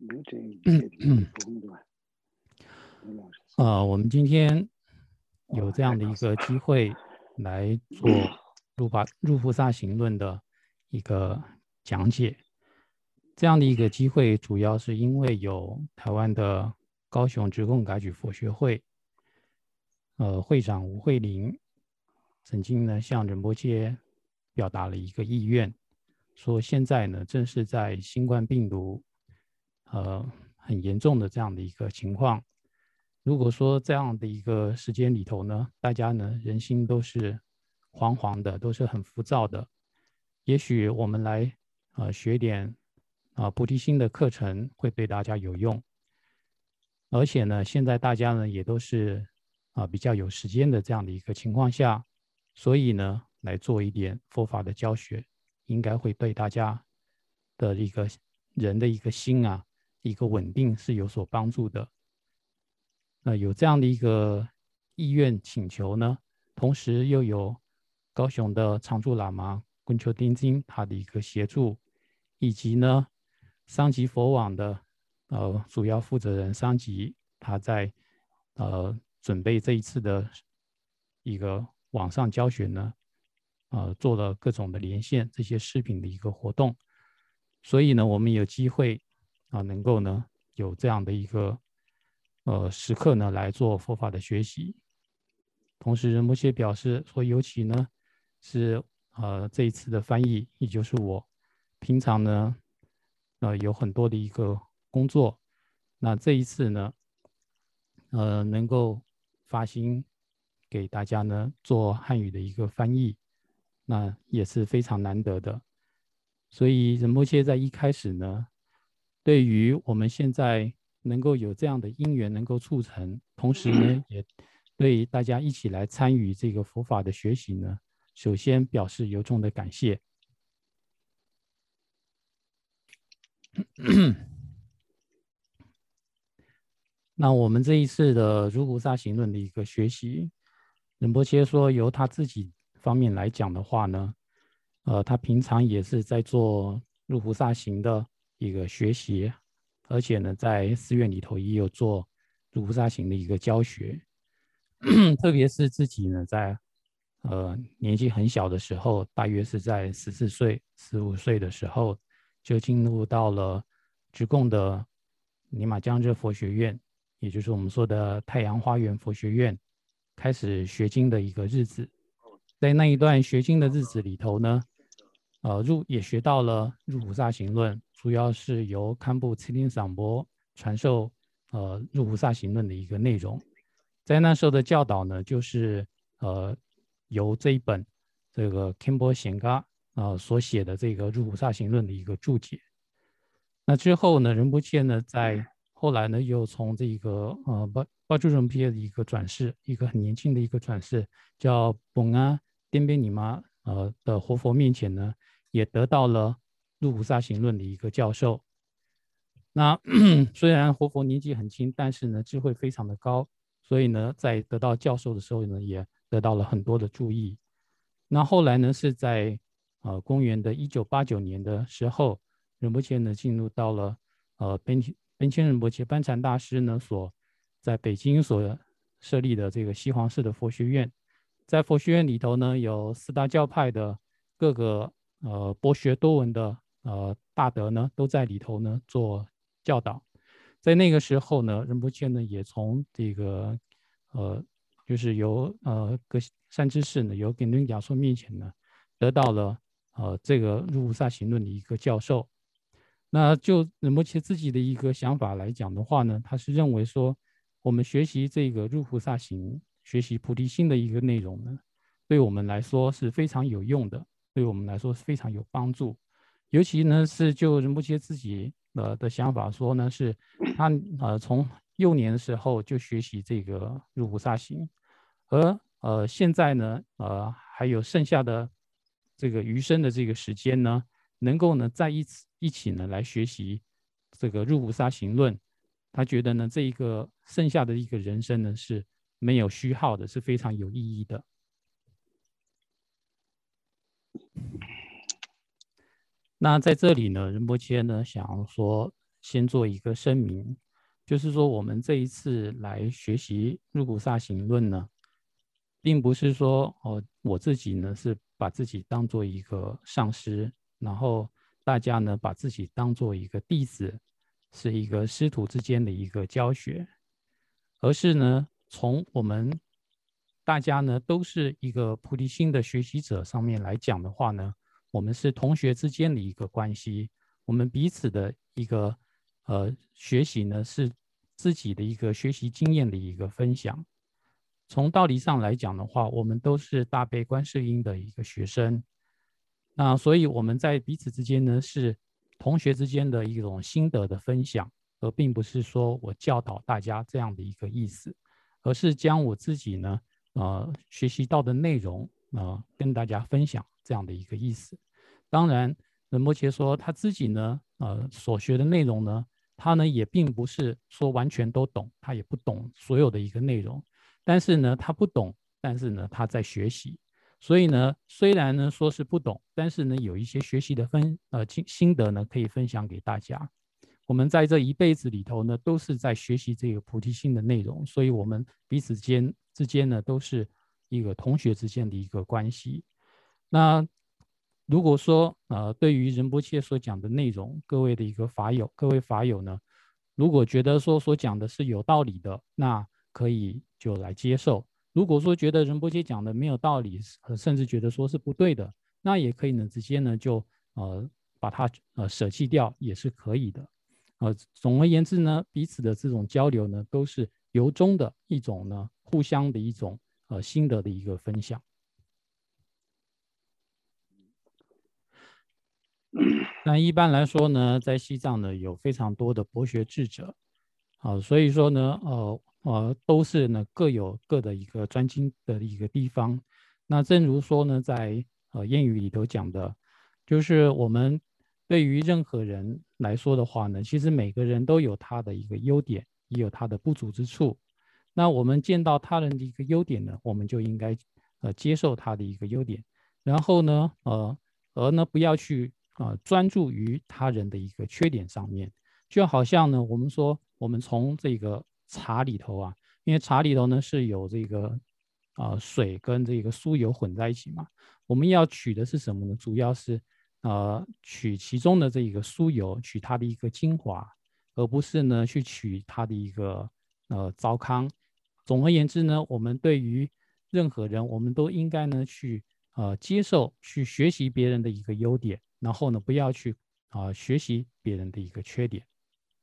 我们今天有这样的一个机会来做入菩萨行论的一个讲解。这样的一个机会，主要是因为有台湾的高雄直贡改举佛学会，会长吴慧玲曾经呢向仁波切表达了一个意愿，说现在呢正是在新冠病毒很严重的这样的一个情况。如果说这样的一个时间里头呢，大家呢人心都是惶惶的，都是很浮躁的，也许我们来学点菩提心的课程会对大家有用。而且呢，现在大家呢也都是比较有时间的这样的一个情况下，所以呢来做一点佛法的教学，应该会对大家的一个人的一个心一个稳定是有所帮助的。有这样的一个意愿请求呢，同时又有高雄的常住喇嘛昆丘丁金他的一个协助，以及呢桑吉佛网的主要负责人桑吉，他在准备这一次的一个网上教学呢，做了各种的连线这些视频的一个活动，所以呢我们有机会能够呢有这样的一个时刻呢来做佛法的学习。同时仁波切表示说，尤其呢是这一次的翻译，也就是我平常呢有很多的一个工作，那这一次呢能够发心给大家呢做汉语的一个翻译，那也是非常难得的。所以仁波切在一开始呢，对于我们现在能够有这样的因缘能够促成，同时呢也对大家一起来参与这个佛法的学习呢，首先表示由衷的感谢。那我们这一次的如菩萨行论的一个学习，仁波切说由他自己方面来讲的话呢，他平常也是在做入菩萨行的一个学习，而且呢在寺院里头也有做入菩萨行的一个教学。特别是自己呢在年纪很小的时候，大约是在14岁、15岁的时候，就进入到了直贡的尼玛江热佛学院，也就是我们说的太阳花园佛学院，开始学经的一个日子。在那一段学经的日子里头呢，也学到了入菩萨行论，主要是由堪布慈林桑波传授入菩萨行论的一个内容。在那时候的教导呢，就是由这一本这个 Kimbo 显嘎所写的这个入菩萨行论的一个注解。那之后呢，仁波切呢在后来呢又从这个巴珠仁波切的一个转世，一个很年轻的一个转世，叫本阿颠边尼玛的活佛面前呢，也得到了入菩萨行论的一个教授。那虽然活佛年纪很轻，但是呢智慧非常的高，所以呢在得到教授的时候呢，也得到了很多的注意。那后来呢是在公元的1989年的时候，仁波切呢进入到了边谦仁波切班禅大师呢在北京所设立的这个西皇寺的佛学院。在佛学院里头呢，有4大教派的各个博学多闻的大德呢，都在里头呢做教导。在那个时候呢，仁波切呢也从这个就是由各善知识呢，由根敦亚说面前呢，得到了这个入菩萨行论的一个教授。那就仁波切自己的一个想法来讲的话呢，他是认为说，我们学习这个入菩萨行，学习菩提心的一个内容呢，对我们来说是非常有用的，对我们来说是非常有帮助。尤其呢是就仁波切自己的想法说呢，是他从幼年的时候就学习这个入菩萨行，而现在呢还有剩下的这个余生的这个时间呢，能够呢在一起呢来学习这个入菩萨行论，他觉得呢这一个剩下的一个人生呢是没有虚耗的，是非常有意义的。那在这里呢，仁波切呢想说先做一个声明，就是说我们这一次来学习入古萨行论呢，并不是说我自己呢是把自己当做一个上师，然后大家呢把自己当做一个弟子，是一个师徒之间的一个教学，而是呢从我们大家呢都是一个菩提心的学习者上面来讲的话呢，我们是同学之间的一个关系，我们彼此的一个学习呢是自己的一个学习经验的一个分享。从道理上来讲的话，我们都是大悲观世音的一个学生，那所以我们在彼此之间呢是同学之间的一种心得的分享，而并不是说我教导大家这样的一个意思，而是将我自己呢学习到的内容跟大家分享这样的一个意思。当然，仁波切说他自己呢所学的内容呢，他呢也并不是说完全都懂，他也不懂所有的一个内容，但是呢他不懂，但是呢他在学习。所以呢，虽然呢说是不懂，但是呢有一些学习的心得呢可以分享给大家。我们在这一辈子里头呢，都是在学习这个菩提心的内容，所以我们彼此之间呢，都是一个同学之间的一个关系。那如果说对于仁波切所讲的内容，各位法友呢，如果觉得说所讲的是有道理的，那可以就来接受。如果说觉得仁波切讲的没有道理，甚至觉得说是不对的，那也可以呢直接呢就把它舍弃掉，也是可以的。总而言之呢，彼此的这种交流呢，都是由衷的一种呢，互相的一种心得的一个分享。那一般来说呢，在西藏呢有非常多的博学智者，所以说呢，都是呢各有各的一个专精的一个地方。那正如说呢，在谚语里头讲的，就是我们对于任何人来说的话呢，其实每个人都有他的一个优点，也有他的不足之处。那我们见到他人的一个优点呢，我们就应该接受他的一个优点，然后呢，而呢不要去专注于他人的一个缺点上面。就好像呢，我们说我们从这个茶里头啊，因为茶里头呢是有这个水跟这个酥油混在一起嘛，我们要取的是什么呢？主要是取其中的这个酥油，取它的一个精华，而不是呢去取它的一个糟糠。总而言之呢，我们对于任何人，我们都应该呢去接受、去学习别人的一个优点，然后呢不要去学习别人的一个缺点。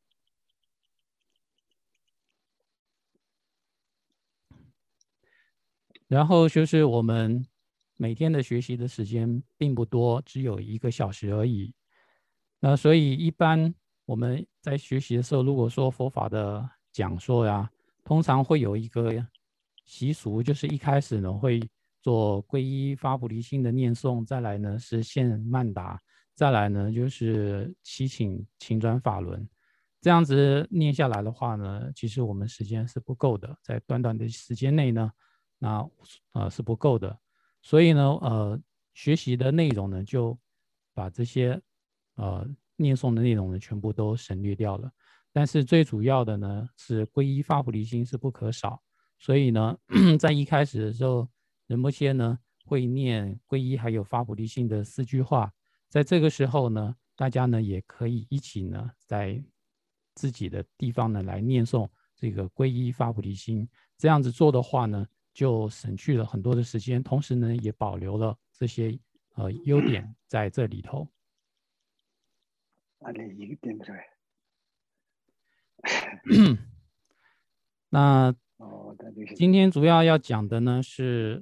然后就是我们每天的学习的时间并不多，只有1个小时而已。那所以一般我们在学习的时候，如果说佛法的讲说呀，通常会有一个习俗，就是一开始呢会做皈依发菩提心的念诵，再来呢是献曼达，再来呢就是祈请请转法轮。这样子念下来的话呢，其实我们时间是不够的，在短短的时间内呢。那是不够的，所以呢学习的内容呢就把这些念诵的内容呢全部都省略掉了。但是最主要的呢是皈依发菩提心是不可少，所以呢在一开始的时候，仁波切呢会念皈依还有发菩提心的4句话，在这个时候呢，大家呢也可以一起呢在自己的地方呢来念诵这个皈依发菩提心。这样子做的话呢，就省去了很多的时间，同时呢，也保留了这些优点在这里头。那今天主要要讲的呢是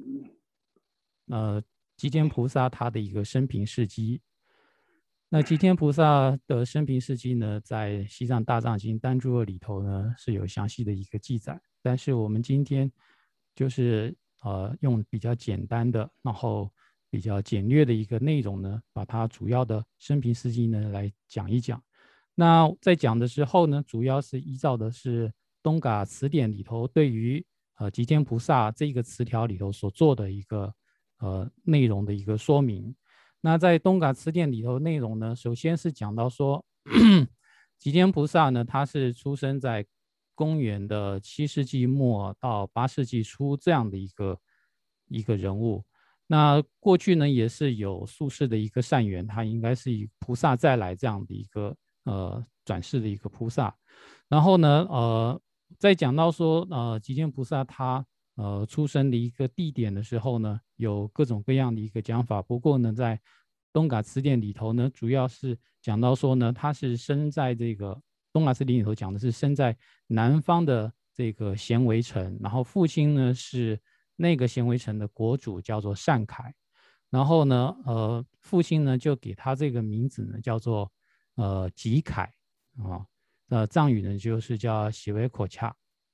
吉天菩萨他的一个生平事迹。那吉天菩萨的生平事迹呢，在《西藏大藏经丹珠二》里头呢是有详细的一个记载，但是我们今天就是用比较简单的，然后比较简略的一个内容呢，把它主要的生平事迹呢来讲一讲。那在讲的时候呢，主要是依照的是东嘎词典里头对于吉天菩萨这个词条里头所做的一个内容的一个说明。那在东嘎词典里头内容呢，首先是讲到说吉天菩萨呢，他是出生在公元的7世纪末到8世纪初这样的一个人物。那过去呢，也是有宿世的一个善缘，他应该是以菩萨再来这样的一个转世的一个菩萨。然后呢，在讲到说吉天菩萨他出生的一个地点的时候呢，有各种各样的一个讲法。不过呢，在东嘎词典里头呢，主要是讲到说呢，他是生在这个东嘎词典里头讲的是生在南方的这个咸为城，然后父亲呢是那个咸为城的国主，叫做善凯。然后呢，父亲呢就给他这个名字呢叫做吉凯啊，藏语呢就是叫喜维口恰。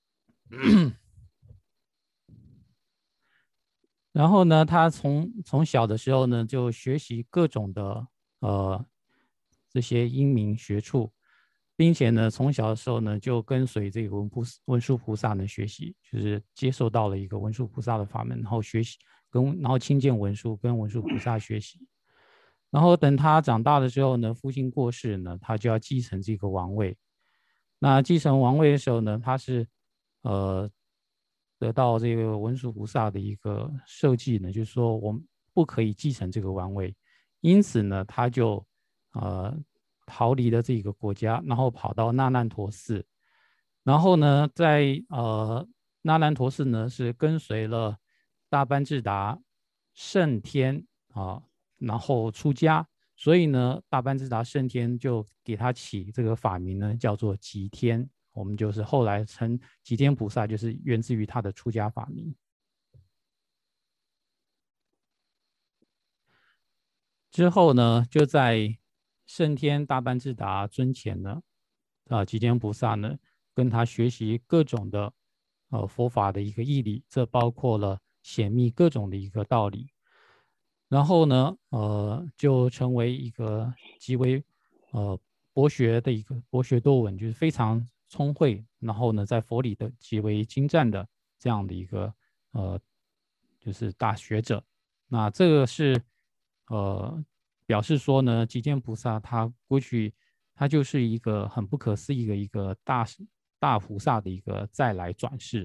然后呢，他从小的时候呢，就学习各种的这些英明学处，并且呢，从小的时候呢，就跟随这个文殊菩萨呢学习，就是接受到了一个文殊菩萨的法门，然后学习然后亲见文殊，跟文殊菩萨学习。然后等他长大的时候呢，父亲过世呢，他就要继承这个王位。那继承王位的时候呢，他是得到这个文殊菩萨的一个设计呢，就是说我们不可以继承这个王位，因此呢，他就逃离了这个国家，然后跑到那烂陀寺，然后呢，在那烂陀寺呢是跟随了大班智达圣天然后出家，所以呢，大班智达圣天就给他起这个法名呢，叫做吉天。我们就是后来称吉天菩萨，就是源自于他的出家法名。之后呢，就在圣天大班智达尊前呢，吉天菩萨呢，跟他学习各种的佛法的一个义理，这包括了显密各种的一个道理。然后呢，就成为一个极为博学的一个博学多闻，就是非常聪慧，然后呢，在佛理的极为精湛的这样的一个就是大学者。那这个是表示说呢，吉天菩萨他过去他就是一个很不可思议的一个大菩萨的一个再来转世。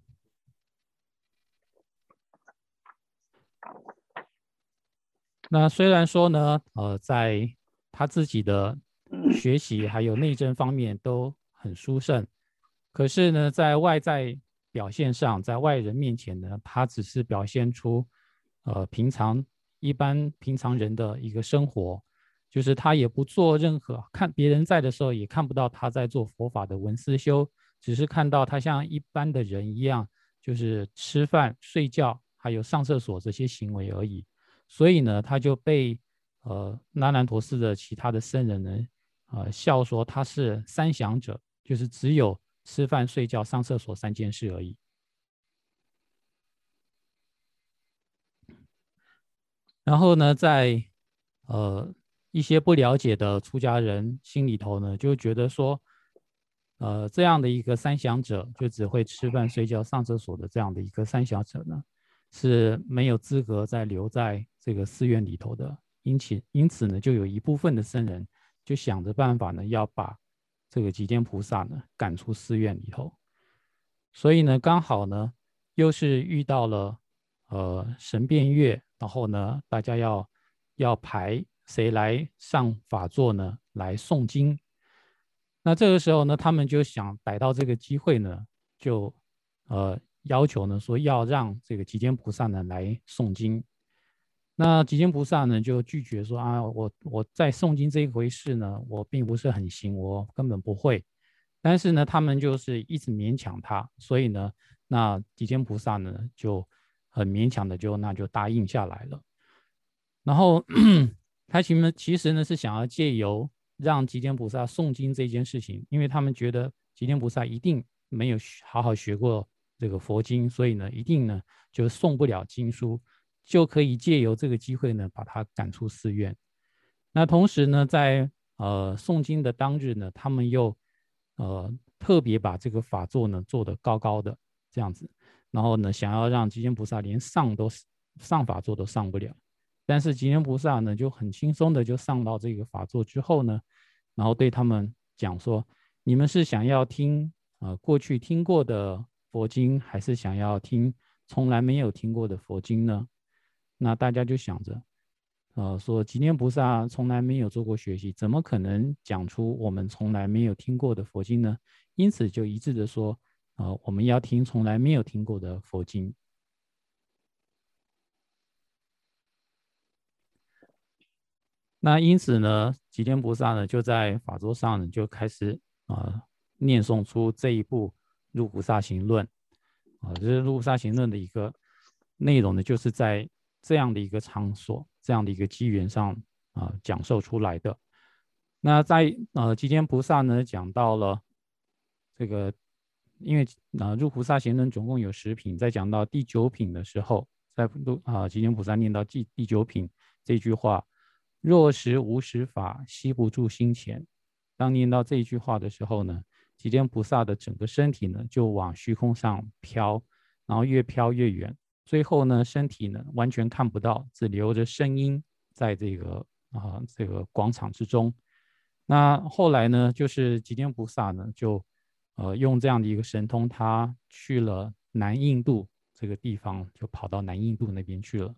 那虽然说呢，在他自己的学习还有内政方面都很殊胜，可是呢，在外在表现上，在外人面前呢，他只是表现出一般平常人的一个生活，就是他也不做任何看别人在的时候也看不到他在做佛法的文思修，只是看到他像一般的人一样，就是吃饭、睡觉还有上厕所这些行为而已。所以呢，他就被那兰陀寺的其他的僧人呢，笑说他是三想者，就是只有吃饭、睡觉、上厕所3件事而已。然后呢，在一些不了解的出家人心里头呢，就觉得说，这样的一个三想者，就只会吃饭、睡觉、上厕所的这样的一个三想者呢，是没有资格再留在这个寺院里头的。因此呢，就有一部分的僧人就想着办法呢，要把这个吉天菩萨呢赶出寺院里头。所以呢，刚好呢，又是遇到了神变月，然后呢，大家要排谁来上法座呢，来诵经。那这个时候呢，他们就想逮到这个机会呢，就要求呢说要让这个吉天菩萨呢来诵经。那吉天菩萨呢就拒绝说啊，我在诵经这一回事呢，我并不是很行，我根本不会。但是呢，他们就是一直勉强他，所以呢，那吉天菩萨呢就很勉强的那就答应下来了。然后他其实呢是想要借由让吉天菩萨诵经这件事情，因为他们觉得吉天菩萨一定没有好好学过这个佛经，所以呢一定呢就诵不了经书，就可以借由这个机会呢把他赶出寺院。那同时呢，在诵经的当日呢，他们又特别把这个法座呢做得高高的这样子，然后呢想要让吉天菩萨连上法座都上不了。但是吉天菩萨呢就很轻松的就上到这个法座之后呢，然后对他们讲说，你们是想要听过去听过的佛经，还是想要听从来没有听过的佛经呢？那大家就想着，说吉天菩萨从来没有做过学习，怎么可能讲出我们从来没有听过的佛经呢？因此就一致的说，我们要听从来没有听过的佛经。那因此呢，吉天菩萨呢就在法座上呢就开始念诵出这一部入菩萨行论这是入菩萨行论的一个内容呢，就是在这样的一个场所、这样的一个机缘上讲授出来的。那在吉天菩萨呢讲到了这个，因为入菩萨行论总共有10品，在讲到第9品的时候，在吉天菩萨念到第9品这句话。若实无实法，悉不住心前。当念到这一句话的时候呢，吉天菩萨的整个身体呢就往虚空上飘，然后越飘越远，最后呢身体呢完全看不到，只留着声音在这个这个广场之中。那后来呢，就是吉天菩萨呢就用这样的一个神通，他去了南印度这个地方，就跑到南印度那边去了。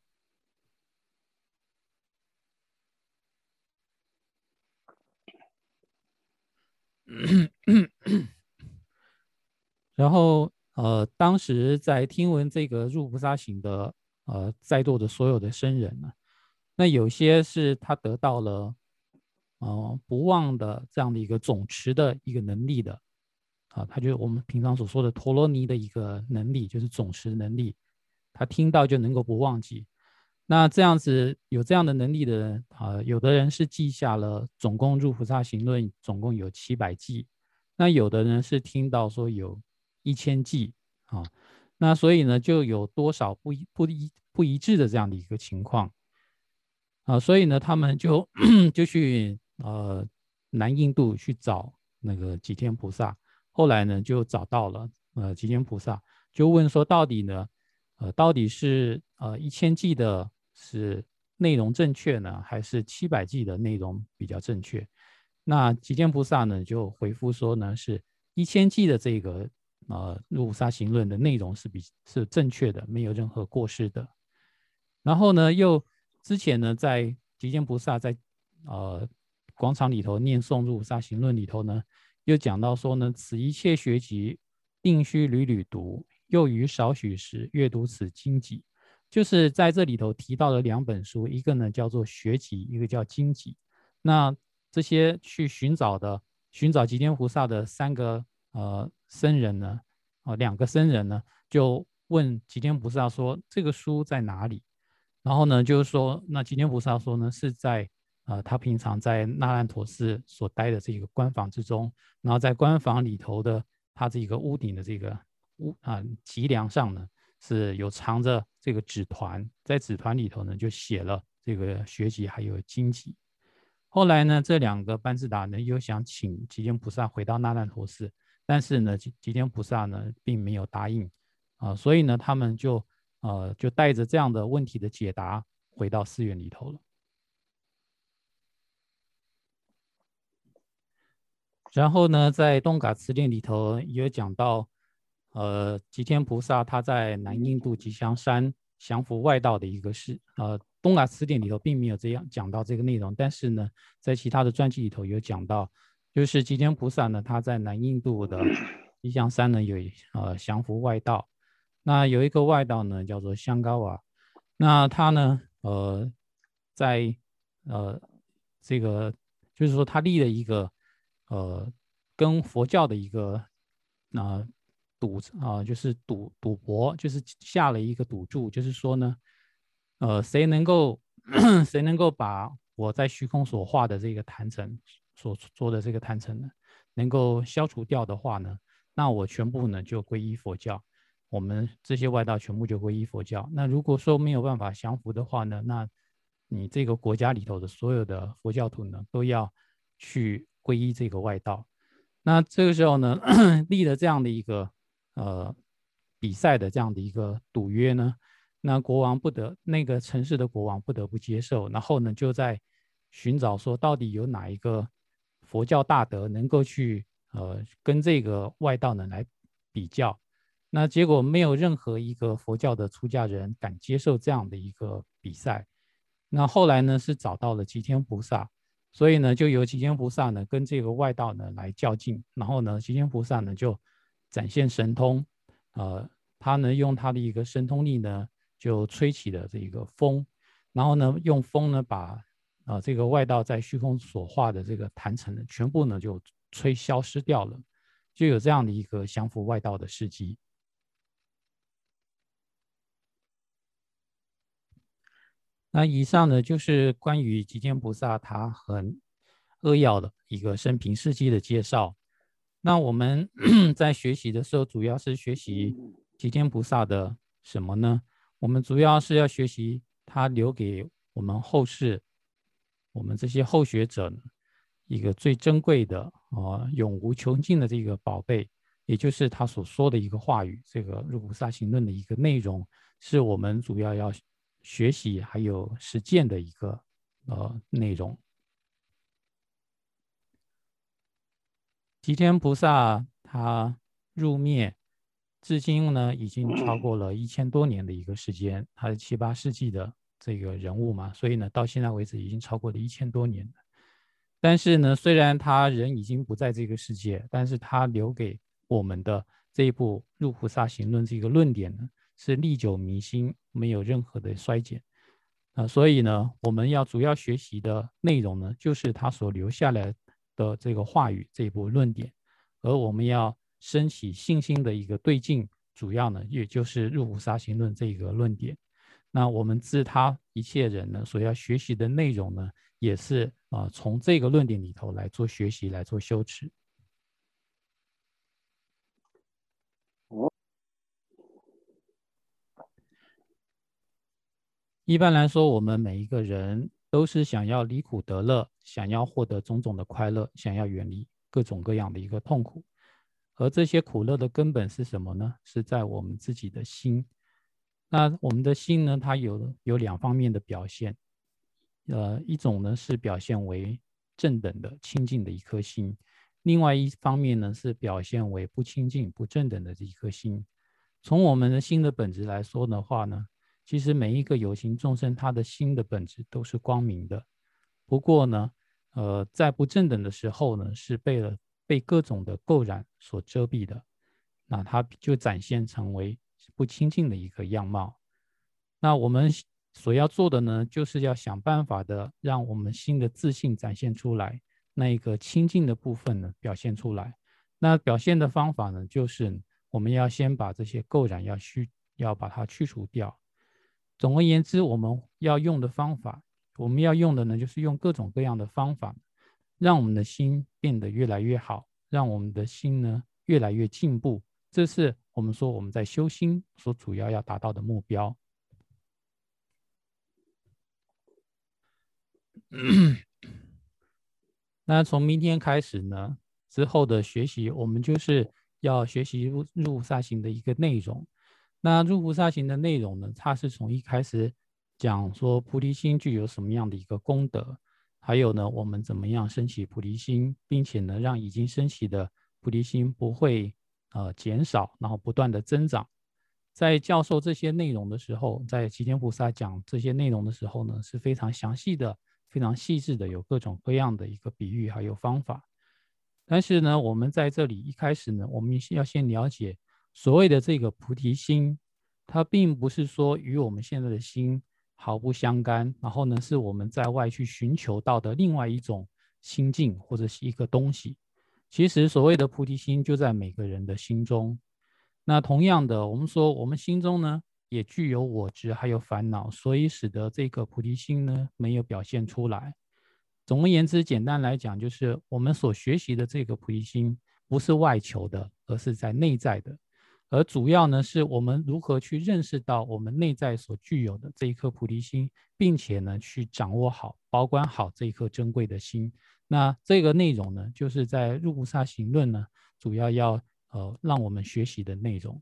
然后当时在听闻这个入菩萨行的在座的所有的僧人呢，那有些是他得到了不忘的这样的一个总持的一个能力的他就是我们平常所说的陀罗尼的一个能力，就是总持能力，他听到就能够不忘记。那这样子有这样的能力的人有的人是记下了总共入菩萨行论总共有700记，那有的人是听到说有1000记那所以呢就有多少不一致的这样的一个情况所以呢他们就就去南印度去找那个吉天菩萨，后来呢就找到了吉天菩萨，就问说到底是1000记的是内容正确呢，还是700记的内容比较正确？那吉天菩萨呢就回复说呢，是1000记的这个入菩萨行论的内容是正确的，没有任何过失的。然后呢，又之前呢，在吉天菩萨在广场里头念诵入菩萨行论里头呢，又讲到说呢，此一切学集定须屡屡读，又于少许时阅读此经集。就是在这里头提到了2本书，一个呢叫做学集，一个叫经集。那这些去寻找吉天菩萨的3个僧人呢，2个僧人呢，就问吉天菩萨说这个书在哪里？然后呢，就是说，那吉天菩萨说呢，是在他平常在那烂陀寺所待的这个官房之中，然后在官房里头的他这个屋顶的这个脊梁上呢，是有藏着这个纸团，在纸团里头呢，就写了这个学集还有经集。后来呢，这2个班智达呢又想请吉天菩萨回到那烂陀寺，但是呢，吉天菩萨呢并没有答应所以呢，他们就带着这样的问题的解答回到寺院里头了。然后呢，在东嘎词典里头也有讲到，吉天菩萨他在南印度吉祥山降服外道的一个事。东嘎词典里头并没有这样讲到这个内容，但是呢，在其他的传记里头有讲到，就是吉天菩萨呢，他在南印度的吉祥山呢有降服外道。那有一个外道呢叫做香高瓦，那他呢在这个就是说他立了一个跟佛教的一个就是赌博，就是下了一个赌注，就是说呢谁能够谁能够把我在虚空所画的这个坛城所做的这个坛城呢能够消除掉的话呢，那我全部呢就皈依佛教，我们这些外道全部就皈依佛教。那如果说没有办法降服的话呢，那你这个国家里头的所有的佛教徒呢都要去皈依这个外道。那这个时候呢立了这样的一个比赛的这样的一个赌约呢，那那个城市的国王不得不接受，然后呢就在寻找说到底有哪一个佛教大德能够去跟这个外道呢来比较。那结果没有任何一个佛教的出家人敢接受这样的一个比赛。那后来呢是找到了吉天菩萨，所以呢就由吉天菩萨呢跟这个外道呢来较劲，然后呢吉天菩萨呢就展现神通，他呢用他的一个神通力呢就吹起了这个风，然后呢用风呢把这个外道在虚空所化的这个坛城呢全部呢就吹消失掉了，就有这样的一个降服外道的事迹。那以上呢就是关于吉天菩萨他很扼要的一个生平事迹的介绍。那我们在学习的时候，主要是学习吉天菩萨的什么呢？我们主要是要学习他留给我们后世，我们这些后学者呢，一个最珍贵的永无穷尽的这个宝贝，也就是他所说的一个话语，这个入菩萨行论的一个内容，是我们主要要学习还有实践的一个内容。吉天菩萨他入灭，至今呢已经超过了1000多年的一个时间，他是7、8世纪的这个人物嘛，所以呢到现在为止已经超过了1000多年了。但是呢，虽然他人已经不在这个世界，但是他留给我们的这一部《入菩萨行论》这个论点呢，是历久弥新，没有任何的衰减。所以呢，我们要主要学习的内容呢，就是他所留下来的这个话语这一部论点，而我们要升起信心的一个对境，主要呢，也就是入菩萨行论这个论点。那我们自他一切人呢所要学习的内容呢，也是从这个论点里头来做学习，来做修持。一般来说，我们每一个人都是想要离苦得乐，想要获得种种的快乐，想要远离各种各样的一个痛苦。而这些苦乐的根本是什么呢？是在我们自己的心。那我们的心呢，它有两方面的表现。一种呢是表现为正等的清净的一颗心，另外一方面呢是表现为不清净不正等的这一颗心。从我们的心的本质来说的话呢，其实每一个有情众生他的心的本质都是光明的，不过呢在不正等的时候呢是被各种的垢染所遮蔽的，那它就展现成为不清净的一个样貌。那我们所要做的呢，就是要想办法的让我们心的自信展现出来，那一个清净的部分呢表现出来。那表现的方法呢，就是我们要先把这些垢染要把它去除掉。总而言之，我们要用的方法，我们要用的呢，就是用各种各样的方法，让我们的心变得越来越好，让我们的心呢越来越进步。这是我们说我们在修心所主要要达到的目标。那从明天开始呢，之后的学习，我们就是要学习入菩萨行的一个内容。那入菩萨行的内容呢，它是从一开始讲说菩提心具有什么样的一个功德，还有呢，我们怎么样升起菩提心，并且呢，让已经升起的菩提心不会减少，然后不断的增长。在教授这些内容的时候，在齐天菩萨讲这些内容的时候呢，是非常详细的、非常细致的，有各种各样的一个比喻还有方法。但是呢，我们在这里一开始呢，我们要先了解所谓的这个菩提心，它并不是说与我们现在的心毫不相干，然后呢，是我们在外去寻求到的另外一种心境或者是一个东西。其实所谓的菩提心就在每个人的心中。那同样的，我们说我们心中呢也具有我执还有烦恼，所以使得这个菩提心呢没有表现出来。总而言之，简单来讲，就是我们所学习的这个菩提心不是外求的，而是在内在的。而主要呢，是我们如何去认识到我们内在所具有的这一颗菩提心，并且呢，去掌握好、保管好这一颗珍贵的心。那这个内容呢，就是在入菩萨行论呢，主要要让我们学习的内容。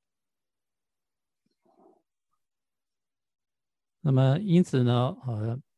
那么因此呢，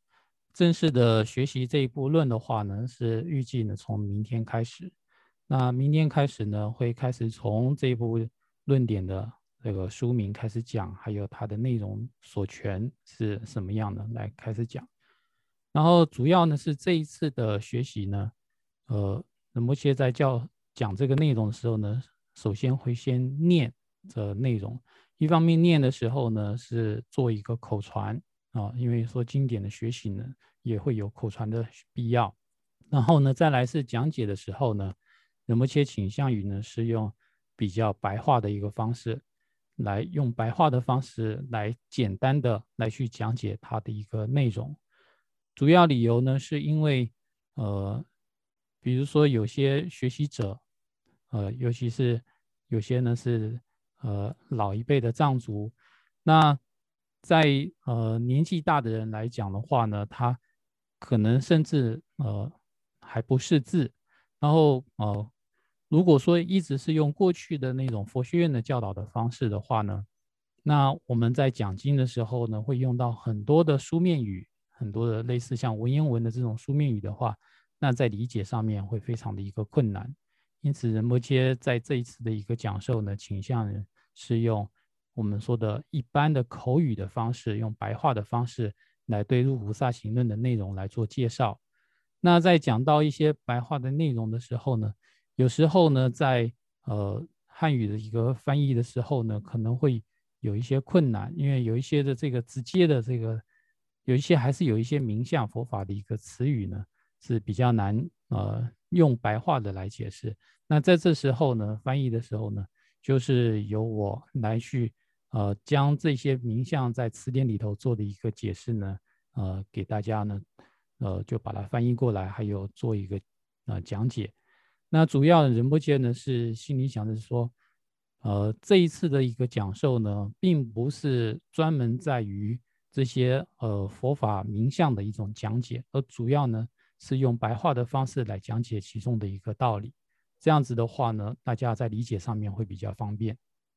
正式的学习这一部论的话呢，是预计呢从明天开始。那明天开始呢，会开始从这一部论点的这个书名开始讲，还有它的内容所全是什么样的来开始讲。然后主要呢是这一次的学习呢，仁波切在讲这个内容的时候呢，首先会先念这内容。一方面念的时候呢，是做一个口传啊，因为说经典的学习呢，也会有口传的必要。然后呢，再来是讲解的时候呢，仁波切倾向于呢是用比较白话的一个方式，用白话的方式来简单的来去讲解它的一个内容。主要理由呢，是因为比如说有些学习者，尤其是有些呢是老一辈的藏族，那在年纪大的人来讲的话呢，他可能甚至还不识字，然后如果说一直是用过去的那种佛学院的教导的方式的话呢，那我们在讲经的时候呢，会用到很多的书面语，很多的类似像文言文的这种书面语的话，那在理解上面会非常的一个困难。因此，仁波切在这一次的一个讲授呢，倾向是用我们说的一般的口语的方式，用白话的方式来对入菩萨行论的内容来做介绍。那在讲到一些白话的内容的时候呢，有时候呢，在汉语的一个翻译的时候呢，可能会有一些困难，因为有一些的这个直接的这个，有一些还是有一些名相佛法的一个词语呢，是比较难用白话的来解释。那在这时候呢，翻译的时候呢，就是由我来去将这些名相在词典里头做的一个解释呢，给大家呢，就把它翻译过来，还有做一个讲解。那主要的仁波切呢是心里想的是说，这一次的一个讲授呢，并不是专门在于这些佛法名相的一种讲解，而主要呢是用白话的方式来讲解其中的一个道理。这样子的话呢，大家在理解上面会比较方便。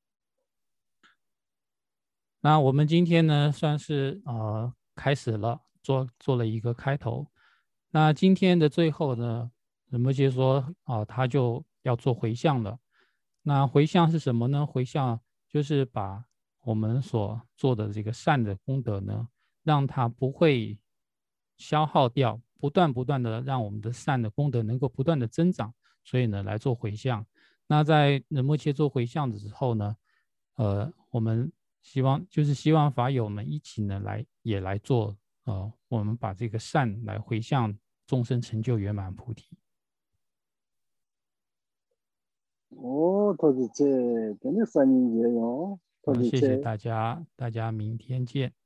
那我们今天呢，算是开始了，做了一个开头。那今天的最后呢，仁波切说他就要做回向了。那回向是什么呢？回向就是把我们所做的这个善的功德呢，让它不会消耗掉，不断的让我们的善的功德能够不断的增长，所以呢来做回向。那在仁波切做回向的时候呢，我们希望法友们一起呢也来做，我们把这个善来回向众生成就圆满菩提。 토지체, 되네, 산인제요. 谢谢 토지체. 大家，大家明天见。